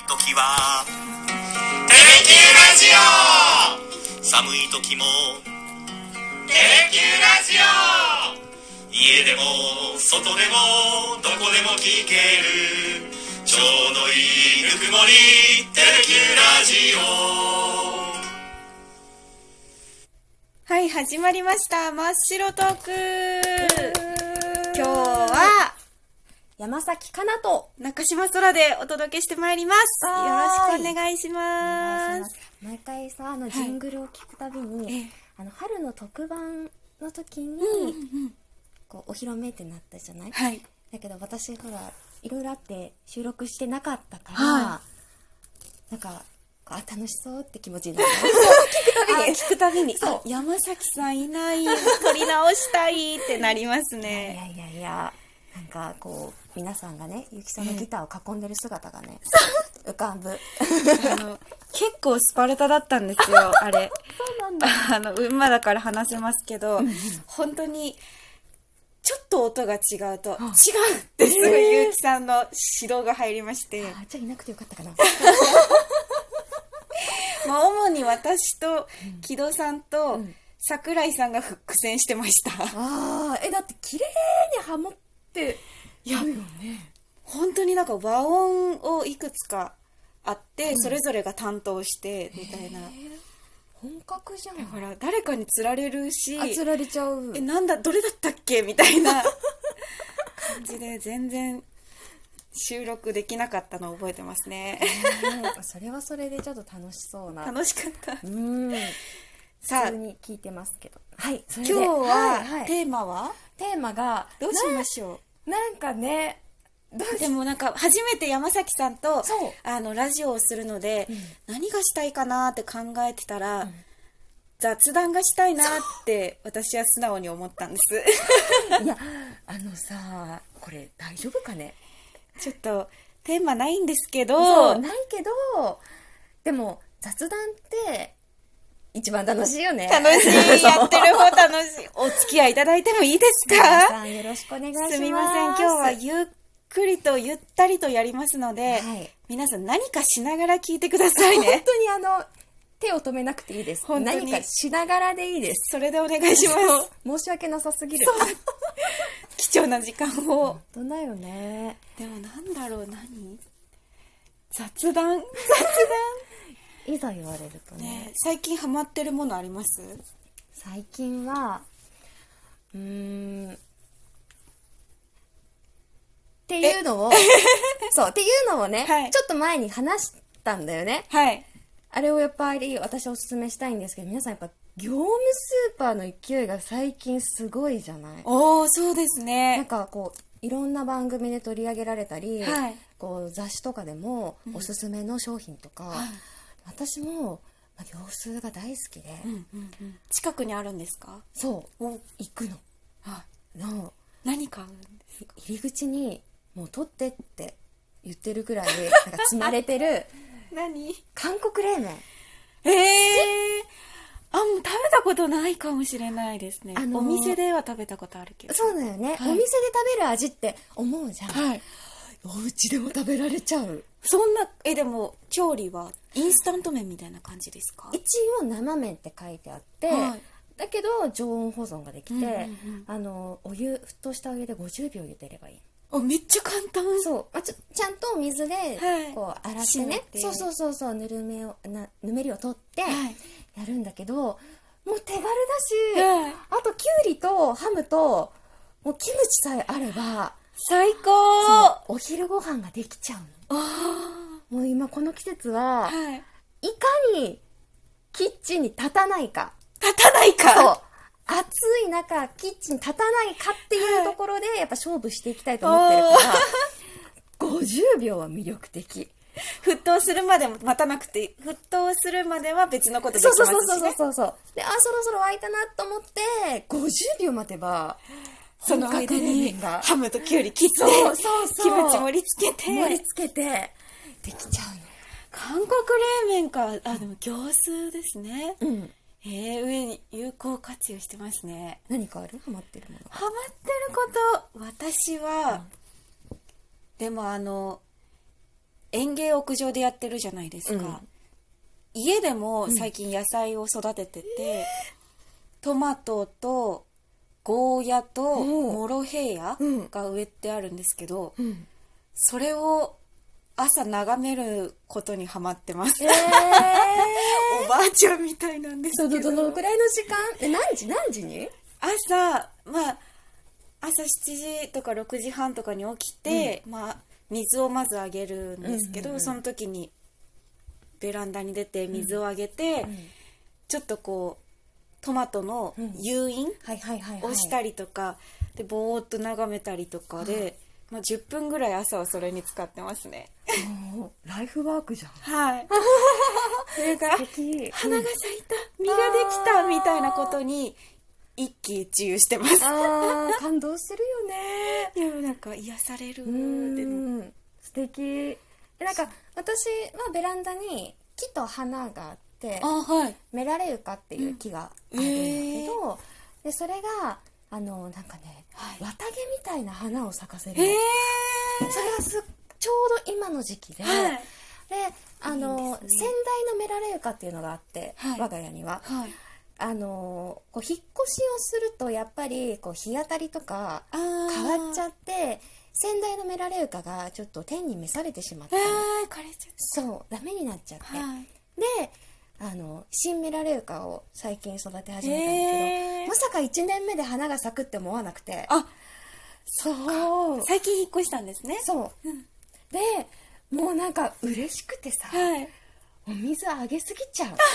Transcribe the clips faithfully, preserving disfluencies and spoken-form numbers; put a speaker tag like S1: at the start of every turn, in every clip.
S1: 時はテレキューラジオ、寒い時もテレキューラジオ、家でも外でもどこでも聞けるちょうどいいぬくもりテレキューラジオ。
S2: はい、始まりました。真っ白トーク。今日は
S3: 山崎かなと
S2: 中島空でお届けしてまいります。よろしくお願いします。
S3: 毎回さ、あのジングルを聞くたびに、はい、あの春の特番の時に、うんうん、こうお披露目ってなったじゃない、
S2: はい、
S3: だけど私ほらいろいろあって収録してなかったから、
S2: はい、
S3: なんかあ楽しそうって気持ちになる
S2: 聞くたびにそう山崎さんいない撮り直したいってなりますね。
S3: いやいやいや、なんかこう皆さんがねゆきさんのギターを囲んでる姿がね、えー、浮かぶ
S2: あの結構スパルタだったんですよあれ。
S3: そうなんだ。
S2: あの馬だから話せますけど、うんうん、本当にちょっと音が違うと、違うってすぐゆきさんの指導が入りまして、
S3: あじゃあいなくてよかったかな。
S2: まあ主に私と木戸さんと桜井さんが苦戦してました。
S3: あーえだって綺麗にハモってやるよね。
S2: 本当になんか和音をいくつかあって、うん、それぞれが担当してみたいな。
S3: 本格じゃん。
S2: だから誰かに釣られるし、
S3: あ釣られちゃう。
S2: えなんだどれだったっけみたいな感じで全然収録できなかったのを覚えてますね。
S3: えー、それはそれでちょっと楽しそうな。
S2: 楽しかった。
S3: うん
S2: さあ
S3: 普通に聞いてますけど。はい。
S2: それで今日は、はいはい、テーマは
S3: テーマが
S2: どうしましょ
S3: う。な, なんかね。
S2: でもなんか初めて山崎さんとあのラジオをするので、うん、何がしたいかなって考えてたら、うん、雑談がしたいなって私は素直に思ったんです。
S3: いやあのさこれ大丈夫かね。
S2: ちょっとテーマないんですけど。
S3: そうないけどでも雑談って一番楽しいよね。
S2: 楽しい。やってる方楽しい。お付き合いいただいてもいいですか。
S3: 皆さんよろしくお願いします。
S2: すみません。今日はゆっくりとゆったりとやりますので、はい、皆さん何かしながら聞いてくださいね。
S3: 本当にあの手を止めなくていいです。本当に何かしながらでいいです。
S2: それでお願いします。
S3: 申し訳なさすぎる。
S2: 貴重な時間を。
S3: 本当だよね。
S2: でもなんだろう何雑談雑談
S3: いざ言われると ね, ね
S2: 最近ハマってるものあります？
S3: 最近はうーんっていうのをそうっていうのをね、はい、ちょっと前に話したんだよね。
S2: はい。
S3: あれをやっぱり私おすすめしたいんですけど、皆さんやっぱ業務スーパーの勢いが最近すごいじゃない？
S2: おーそうですね。
S3: なんかこういろんな番組で取り上げられたり、
S2: はい、
S3: こう雑誌とかでもおすすめの商品とか、うんはい、私も業スーが大好きで、
S2: うんうんうん、近くにあるんですか？
S3: そう行くの、
S2: はい、
S3: の
S2: 何買うんですか？
S3: 入り口にもう取ってって言ってるくらいなんか積まれてる
S2: 何
S3: 韓国冷麺。
S2: えー、あもう食べたことないかもしれないですね、あのー、お店では食べたことあるけど。
S3: そうだよね、はい、お店で食べる味って思うじゃん、
S2: はい、
S3: お家でも食べられちゃう。
S2: そんなえでも調理はインスタント麺みたいな感じですか？
S3: 一応生麺って書いてあって、はい、だけど常温保存ができて、うんうんうん、あのお湯沸騰したお湯でごじゅうびょう茹でればいい。
S2: あめっちゃ簡単。
S3: そう、あ、ち, ちゃんと水でこう洗ってね、はい、そうそうそうそうぬるめをなぬめりを取ってやるんだけど、はい、もう手軽だし、はい、あときゅうりとハムともうキムチさえあれば
S2: 最高。
S3: お昼ご飯ができちゃうの。もう今この季節は、はい、いかにキッチンに立たないか
S2: 立たないか
S3: そう暑い中キッチン立たないかっていうところで、はい、やっぱ勝負していきたいと思ってるからごじゅうびょうは魅力的。
S2: 沸騰するまでも待たなくて沸騰するまでは別のことできますしね。
S3: そうそうそうそうそうであそろそろ沸いたなと思ってごじゅうびょう待てば
S2: その間にハムとキュウリ切って
S3: そうそうそう
S2: キムチ盛り付けて
S3: 盛り付けてできちゃうの。
S2: 韓国冷麺か。あでも業スーですね。うんえー、上に有効活用してますね。
S3: 何かある？ハマってるもの。
S2: ハマってること私は、うん、でもあの園芸屋上でやってるじゃないですか、うん、家でも最近野菜を育ててて、うん、トマトとゴーヤとモロヘイヤが植えてあるんですけど、うん、それを朝眺めることにハマってます、えー、おばあちゃんみたいなんですけど。
S3: どのくらいの時間？え、何時何時に？
S2: 朝、まあ朝しちじとかろくじはんとかに起きて、うん、まあ水をまずあげるんですけど、うんうんうん、その時にベランダに出て水をあげて、うん、ちょっとこうトマトの誘引をしたりとかでぼーっと眺めたりとかで、まあ、じゅっぷんぐらい朝はそれに使ってますね。
S3: ライフワークじゃん。
S2: はいなんか花が咲いた、実ができたみたいなことに一喜一憂してます。
S3: あ感動してるよ
S2: ね。いやなんか癒される。で
S3: も素敵。なんか私はベランダに木と花があってあ、はい、メラレウカっていう木があるんだけど、うんえー、でそれがあのなんかね、はい、綿毛みたいな花を咲かせる、えー、それがすちょうど今の時期で、はい、であのいい、ね、先代のメラレウカっていうのがあって、はい、我が家には、はい、あのこう引っ越しをするとやっぱりこう日当たりとか変わっちゃって先代のメラレウカがちょっと天に召されてしまって、えー、枯れちゃった。そうダメになっちゃって、はい、であの新メラレウカを最近育て始めたんだけど、えー、まさかいちねんめで花が咲くって思わなくて、
S2: あそう最近引っ越したんですね。
S3: そう、うん、でもうなんか嬉しくてさ、はい、お水あげすぎちゃう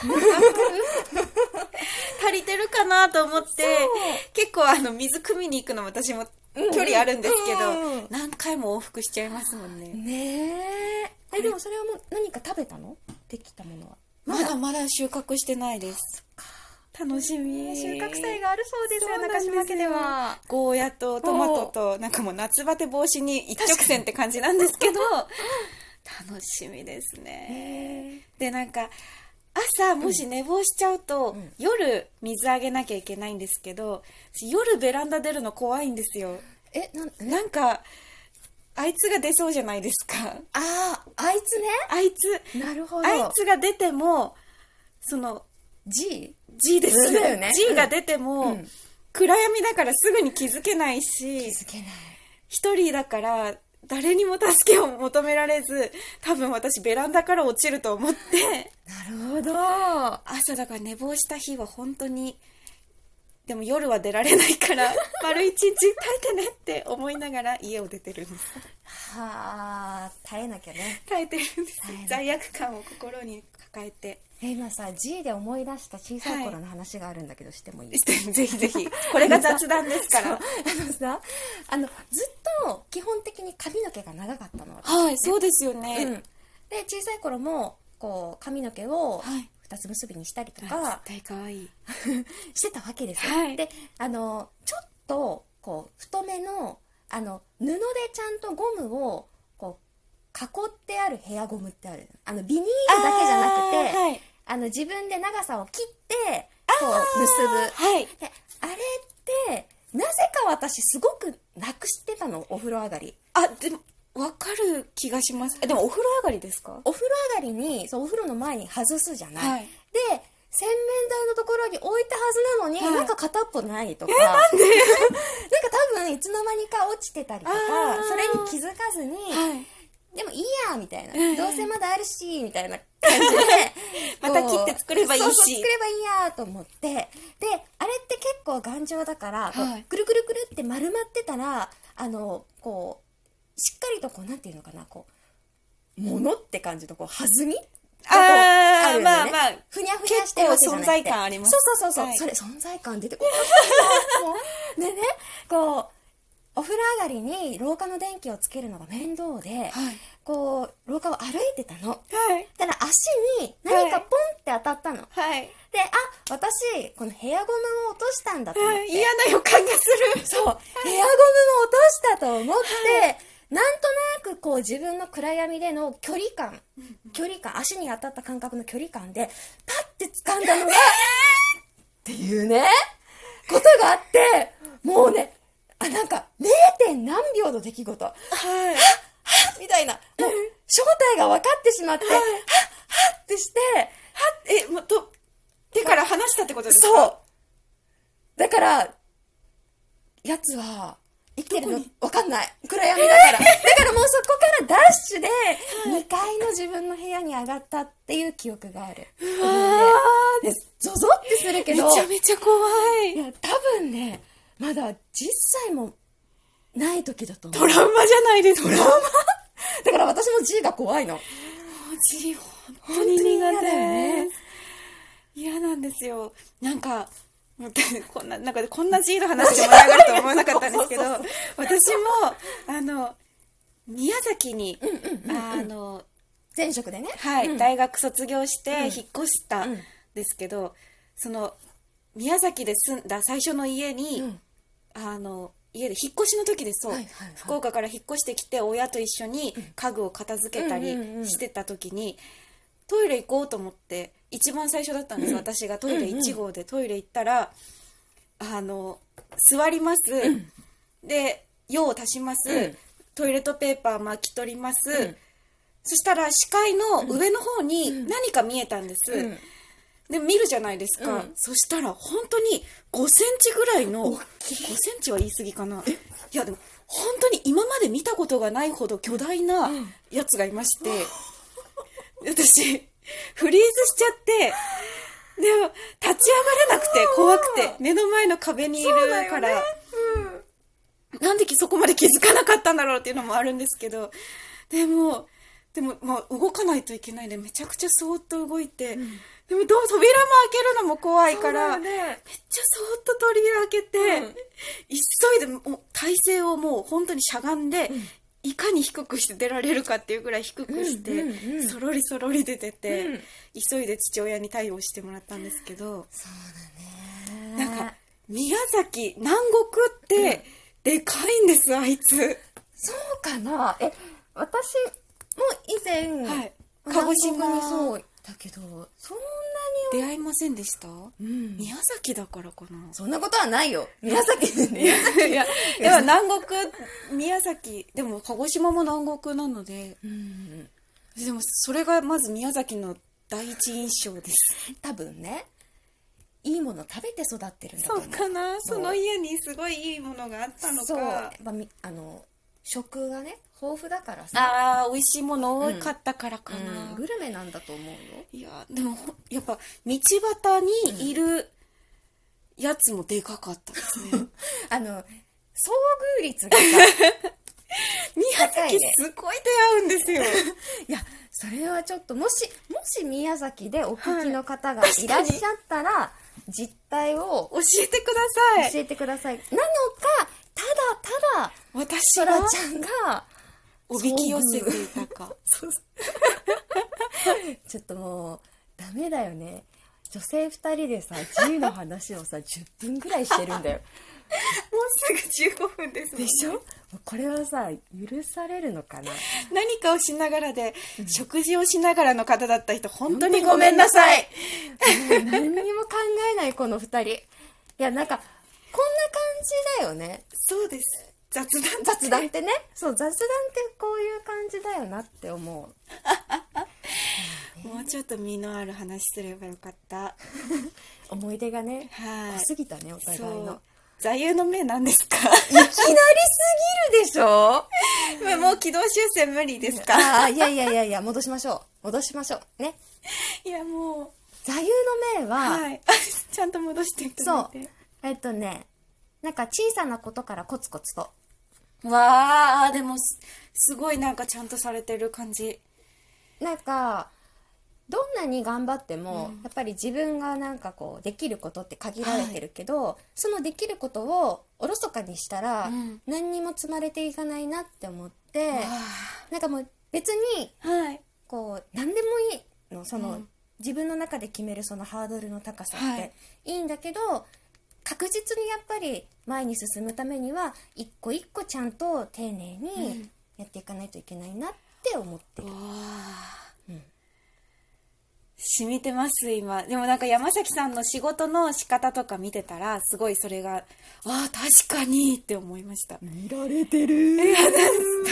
S2: 足りてるかなと思って結構あの水汲みに行くの私も距離あるんですけど、うんうん、何回も往復しちゃいますもんね。
S3: ねえ。えでもそれはもう何か食べたの？できたものは
S2: まだまだ収穫してないです。楽しみ。
S3: 収穫祭があるそうですよ、中島家では。
S2: ゴーヤとトマトとなんかもう夏バテ防止に一直線って感じなんですけど楽しみですね。でなんか朝もし寝坊しちゃうと、うん、夜水あげなきゃいけないんですけど、夜ベランダ出るの怖いんですよ。
S3: え な,
S2: なんかあいつが出そうじゃないですか。
S3: あああいつね。
S2: あいつ
S3: なるほど。
S2: あいつが出てもその
S3: G?
S2: G ですね。G が出ても、うん、暗闇だからすぐに気づけないし、
S3: 気づけない。
S2: 一人だから誰にも助けを求められず、多分私ベランダから落ちると思って。
S3: なるほど。
S2: 朝だから寝坊した日は本当に、でも夜は出られないから丸一日耐えてねって思いながら家を出てるんです。
S3: はあ、耐えなきゃね。
S2: 耐えてるんです。罪悪感を心に抱えて。
S3: え今さ G で思い出した小さい頃の話があるんだけど、はい、してもいい？
S2: ぜひぜひ。これが雑談ですから。あ
S3: のさ、あのずっと基本的に髪の毛が長かったの。
S2: はい、そうですよね。うん、
S3: で小さい頃もこう髪の毛を、はい二つ結びにしたりとか
S2: 絶対可愛い
S3: してたわけですよ、
S2: はい、
S3: であのちょっとこう太めのあの布でちゃんとゴムをこう囲ってあるヘアゴムってある、あのビニールだけじゃなくて あ,、はい、あの自分で長さを切ってこう結ぶ、はい、であれってなぜか私すごくなくしてたの、お風呂上がり。
S2: あでもわかる気がします。でもお風呂上がりですか？
S3: お風呂上がりにそうお風呂の前に外すじゃない、はい、で洗面台のところに置いたはずなのに、はい、なんか片っぽないとか、
S2: えなんでなんか
S3: 多分いつの間にか落ちてたりとかそれに気づかずに、はい、でもいいやみたいな、どうせまだあるしみたいな感じで
S2: また切って作ればいいし、そう
S3: そう作ればいいやと思って、であれって結構頑丈だから、はい、くるくるくるって丸まってたらあのこうしっかりとこうなんていうのかな、こう物って感じのこう弾み
S2: ああ、ね、まあまあ
S3: ふにゃふにゃしてるわけじゃなくて、
S2: 存在感あります。
S3: そうそうそうそう、はい、それ存在感出てこないでね、こうお風呂上がりに廊下の電気をつけるのが面倒で、はい、こう廊下を歩いてたの、はい、ただ足に何かポンって当たったの、はい、であ私このヘアゴムを落としたんだと思って、はい、
S2: 嫌な予感がする。
S3: そう、はい、ヘアゴムを落としたと思って、はいなんとなくこう自分の暗闇での距離感、距離感、足に当たった感覚の距離感でパッて掴んだのがっていうねことがあって、もうねあなんか れい. 何秒の出来事、はい、はっはっみたいな、もう正体が分かってしまって、はっはっってして、は
S2: っ、え、もっと、手から離したってことですか？
S3: そう。だから、やつは、生きてるの分かんない。暗闇だから。だからもうそこからダッシュで、にかいの自分の部屋に上がったっていう記憶がある。
S2: うわ
S3: ー。で、ゾゾってするけど。
S2: めちゃめちゃ怖い。
S3: いや、多分ね、まだじゅっさいもない時だと思う。
S2: トラウマじゃないですか。
S3: トラウマだから私も G が怖いの。
S2: G 本当に苦手だよね。嫌なんですよ。なんか、こんな、なんかこんな G の話で盛り上がると思わなかったんですけど、私も、あの、宮崎に、あの、
S3: 前職でね。
S2: はい、うん、大学卒業して引っ越したんですけど、うん、その、宮崎で住んだ最初の家に、うん、あの、家で引っ越しの時です、そう、はいはいはい、福岡から引っ越してきて親と一緒に家具を片付けたりしてた時に、トイレ行こうと思って一番最初だったんです、うん、私がトイレいち号でトイレ行ったら、あの座ります、うん、で用を足します、うん、トイレットペーパー巻き取ります、うん、そしたら視界の上の方に何か見えたんです、うんうん、で見るじゃないですか、うん、そしたら本当にごセンチぐらいの、ごセンチは言い過ぎかな、いやでも本当に今まで見たことがないほど巨大なやつがいまして、うん、私フリーズしちゃって、でも立ち上がれなくて怖くて、目の前の壁にいるから、ね、うん、なんでそこまで気づかなかったんだろうっていうのもあるんですけど、でもでも、まあ、動かないといけないんでめちゃくちゃそーっと動いて、うん、でもどう扉も開けるのも怖いから、ね、めっちゃそーっと扉開けて、うん、急いでもう体勢をもう本当にしゃがんで、うん、いかに低くして出られるかっていうぐらい低くして、うんうんうん、そろりそろり出てて、うん、急いで父親に対応してもらったんですけど、
S3: そうだね、
S2: なんか宮崎南国ってでかいんです、うん、あいつ。
S3: そうかな、え私も以前、はい、
S2: 鹿児島
S3: にそうだけどそんな
S2: に出会いませんでした、うん、宮崎だからかな。
S3: そんなことはないよ、宮崎
S2: 宮崎いやでも南国宮崎でも鹿児島も南国なので、うん、でもそれがまず宮崎の第一印象です。
S3: 多分ね、いいもの食べて育ってるんだと思う。
S2: そうかな、その家にすごいいいものがあったのか。
S3: そう、まあ、あの食がね豊富だからさ、
S2: ああ美味しいもの多かったからかな、
S3: うんうん、グルメなんだと思うよ。
S2: いやでもやっぱ道端にいるやつもでかかったですね、うん、
S3: あの遭遇率がさ
S2: 宮崎すごい出会うんですよ
S3: いやそれはちょっともしもし宮崎でお聞きの方がいらっしゃったら、はい、実態を
S2: 教えてください
S3: 教えてください。なのかただただ
S2: 私
S3: そらちゃんが
S2: おびき寄せていたか
S3: そうそうちょっともうダメだよね、女性ふたりでさ G の話をさじゅっぷんぐらいしてるんだよ
S2: もうすぐじゅうごふんですもんね。
S3: でしょ。これはさ許されるのかな。
S2: 何かをしながらで、うん、食事をしながらの方だった人本当にごめんなさい
S3: もう何にも考えないこのふたり。いやなんかこんな感じだよね。
S2: そうです、雑談
S3: 雑談ってね、そう雑談ってこういう感じだよなって思
S2: うもうちょっと身のある話すればよかった
S3: 思い出がね、はい、濃すぎたねお互いの。
S2: 座右の銘なんですか。い
S3: きなりすぎるでしょ
S2: もう軌道修正無理ですか。
S3: あいやいやいやいや戻しましょう戻しましょうね。
S2: いやもう
S3: 座右の銘は、
S2: はい、ちゃんと戻していただいて。そう
S3: えっとねなんか小さなことからコツコツと。
S2: わあでも す, すごいなんかちゃんとされてる感じ。
S3: なんかどんなに頑張っても、うん、やっぱり自分がなんかこうできることって限られてるけど、はい、そのできることをおろそかにしたら、うん、何にも積まれていかないなって思って、なんかもう別に、はい、こう何でもいいのその、うん、自分の中で決めるそのハードルの高さっていいんだけど、はい、確実にやっぱり前に進むためには一個一個ちゃんと丁寧にやっていかないといけないなって思ってる。うん
S2: 染みてます今。でもなんか山崎さんの仕事の仕方とか見てたらすごいそれがああ確かにって思いました。
S3: 見られてる。
S2: いや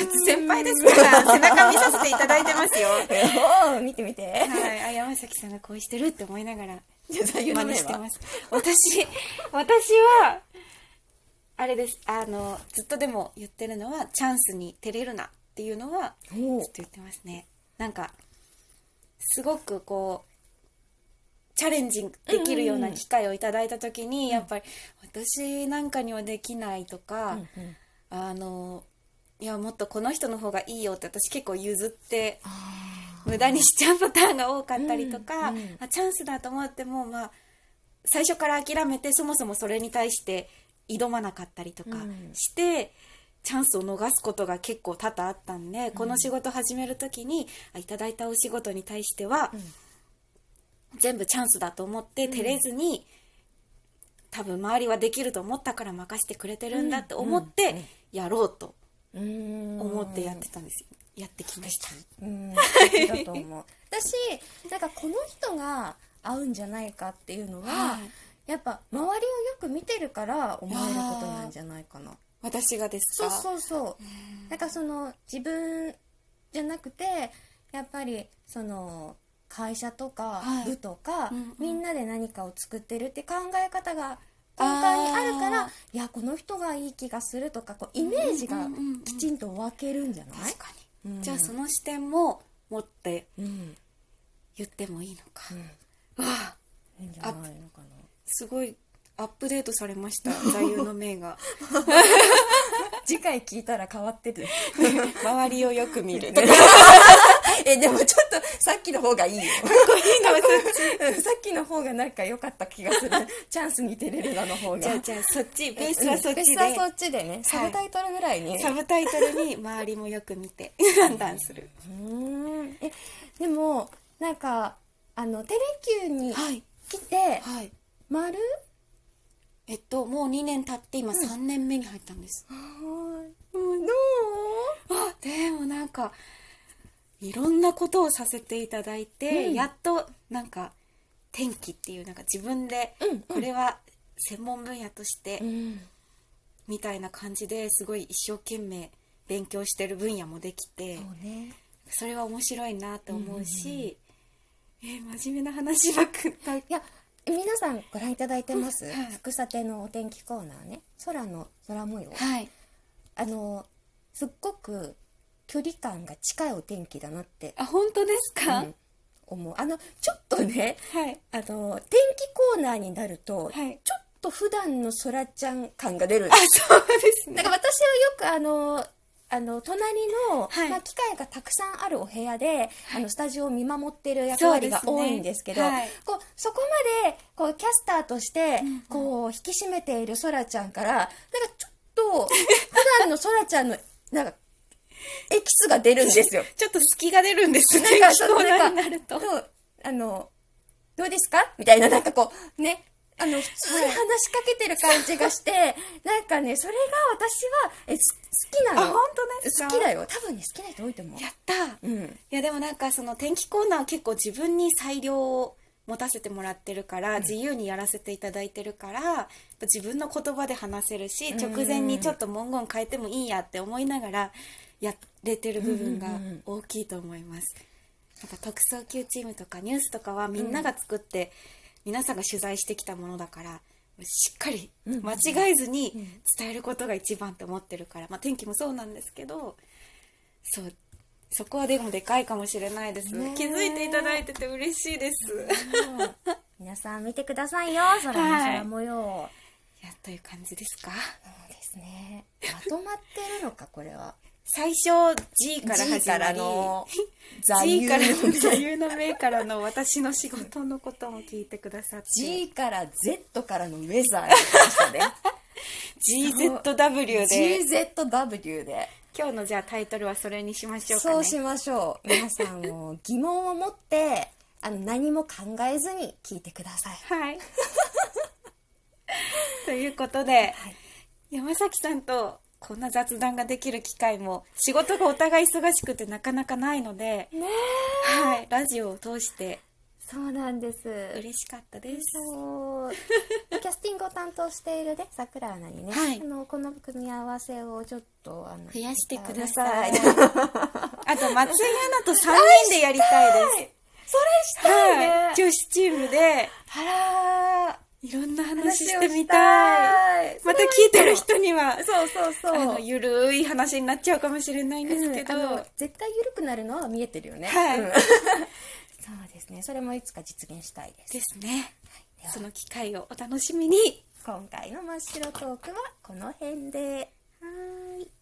S2: 先輩ですから背中見させていただいてますよ。
S3: お見て見て。
S2: はい、あ、山崎さんがこうしてるって思いながら
S3: 真似
S2: してます。私私はあれです。あのずっとでも言ってるのは、チャンスに照れるなっていうのはずっと言ってますね。なんかすごくこうチャレンジできるような機会をいただいた時に、うんうん、やっぱり私なんかにはできないとか、うんうん、あのいやもっとこの人の方がいいよって私結構譲って無駄にしちゃうパターンが多かったりとか、うんうん、あチャンスだと思っても、まあ、最初から諦めてそもそもそれに対して挑まなかったりとかして、うん、チャンスを逃すことが結構多々あったんで、うん、この仕事始める時にいただいたお仕事に対しては、うん、全部チャンスだと思って照れずに、うん、多分周りはできると思ったから任せてくれてるんだって思ってやろうと思ってやってたんですよ。やってきました。
S3: うん、素敵だと思う。私なんかこの人が合うんじゃないかっていうのは、はい、やっぱ周りをよく見てるから思えることなんじゃないかな。
S2: 私がですか？
S3: そうそうそう。なんかその自分じゃなくてやっぱりその会社とか部とか、はい、うんうん、みんなで何かを作ってるって考え方が根幹にあるから、いやこの人がいい気がするとか、こうイメージがきちんと分けるんじゃない？
S2: 確かに、うん、じゃあその視点も持って言ってもいいのか、うん、わあ、
S3: いいんじゃないのかな。
S2: すごいアップデートされました座右の銘が
S3: 次回聞いたら変わってる
S2: 周りをよく見る
S3: えでもちょっとさっきの方がいいよかっこいいのそっちさっきの方がなんか良かった気がするチャンスに照れるなの方が
S2: じゃあじゃあそっちベースはそっちで、
S3: ベースはそっちでね、サブタイトルぐらいに、はい、
S2: サブタイトルに周りもよく見て判断する。
S3: うーん、えでもなんかあのテレキューに来て、はいはい、丸
S2: えっともうにねん経って今さんねんめに入ったんです、
S3: うん、はい、ど
S2: う？あ、でもなんかいろんなことをさせていただいて、うん、やっとなんか転機っていうなんか自分でこれは専門分野として、うん、みたいな感じですごい一生懸命勉強してる分野もできて、
S3: そうね、
S2: それは面白いなと思うし、うんうん、えー、真面目な話ばっかり。
S3: いや皆さんご覧いただいてます、はい、福さてのお天気コーナーね、空の空模様、
S2: はい、
S3: あのすっごく距離感が近いお天気だなって。
S2: あ、本当ですか？うん、
S3: 思う。あのちょっとね、
S2: はい、
S3: あの天気コーナーになると、はい、ちょっと普段の空ちゃん感が出る。
S2: あ、そうですね。
S3: だから私はよくあのあの隣の、はい、まあ、機械がたくさんあるお部屋で、はい、あのスタジオを見守ってる役割が多いんですけど、そ、ね、はい、こうそこまでこうキャスターとして、うんうん、こう引き締めている空ちゃんからなんかちょっと普段の空ちゃんのなんかエキスが出るんですよ。
S2: ちょっと隙が出るんですね。
S3: なんかそうなんかあのどうですかみたいな、なんかこうね、あの普通に話しかけてる感じがして、はい、なんかねそれが私はえ好きなの。
S2: あ、本当ですか？
S3: 好きだよ。多分ね好きな人多いと思う。
S2: やった。
S3: うん。
S2: いやでもなんかその天気コーナーは結構自分に裁量を持たせてもらってるから、うん、自由にやらせていただいてるから自分の言葉で話せるし、直前にちょっと文言変えてもいいやって思いながらやれてる部分が大きいと思います。なんか特捜級チームとかニュースとかはみんなが作って、うん、皆さんが取材してきたものだからしっかり間違えずに伝えることが一番って思ってるから、まあ、天気もそうなんですけど、そうそこはでもでかいかもしれないです。気づいていただいてて嬉しいです。
S3: 皆さん見てくださいよ、空の空模様、はい、
S2: やっという感じですか？
S3: そうですね。まとまってるのかこれは。
S2: 最初 G から始まり
S3: G からの
S2: 座右の座右の銘からの私の仕事のことも聞いてくださって
S3: G から Z からのウェザーに来ましたね
S2: ジーゼットダブリュー で
S3: ジーゼットダブリュー で
S2: 今日のじゃあタイトルはそれにしましょうかね。
S3: そうしましょう。皆さんも疑問を持ってあの何も考えずに聞いてください。
S2: はいということで、はい、山崎さんとこんな雑談ができる機会も仕事がお互い忙しくてなかなかないので、ね、はい、ラジオを通して
S3: そうなんです。
S2: 嬉しかったです。
S3: そうキャスティングを担当しているね桜アナにね、はい、あのこの組み合わせをちょっとあの
S2: 増やしてください。あと松井アナとさんにんでやりたいです。
S3: それしたいね、
S2: はい、女子チームで
S3: あら
S2: いろんな話してみたい。また聞いてる人には
S3: そうそうそう
S2: あのゆるい話になっちゃうかもしれないんですけど、うん、
S3: 絶対ゆるくなるのは見えてるよね。
S2: はい、うん、そう
S3: ですね。それもいつか実現したいです。
S2: ですね。はい、その機会をお楽しみに。
S3: 今回の真っ白トークはこの辺で。はーい。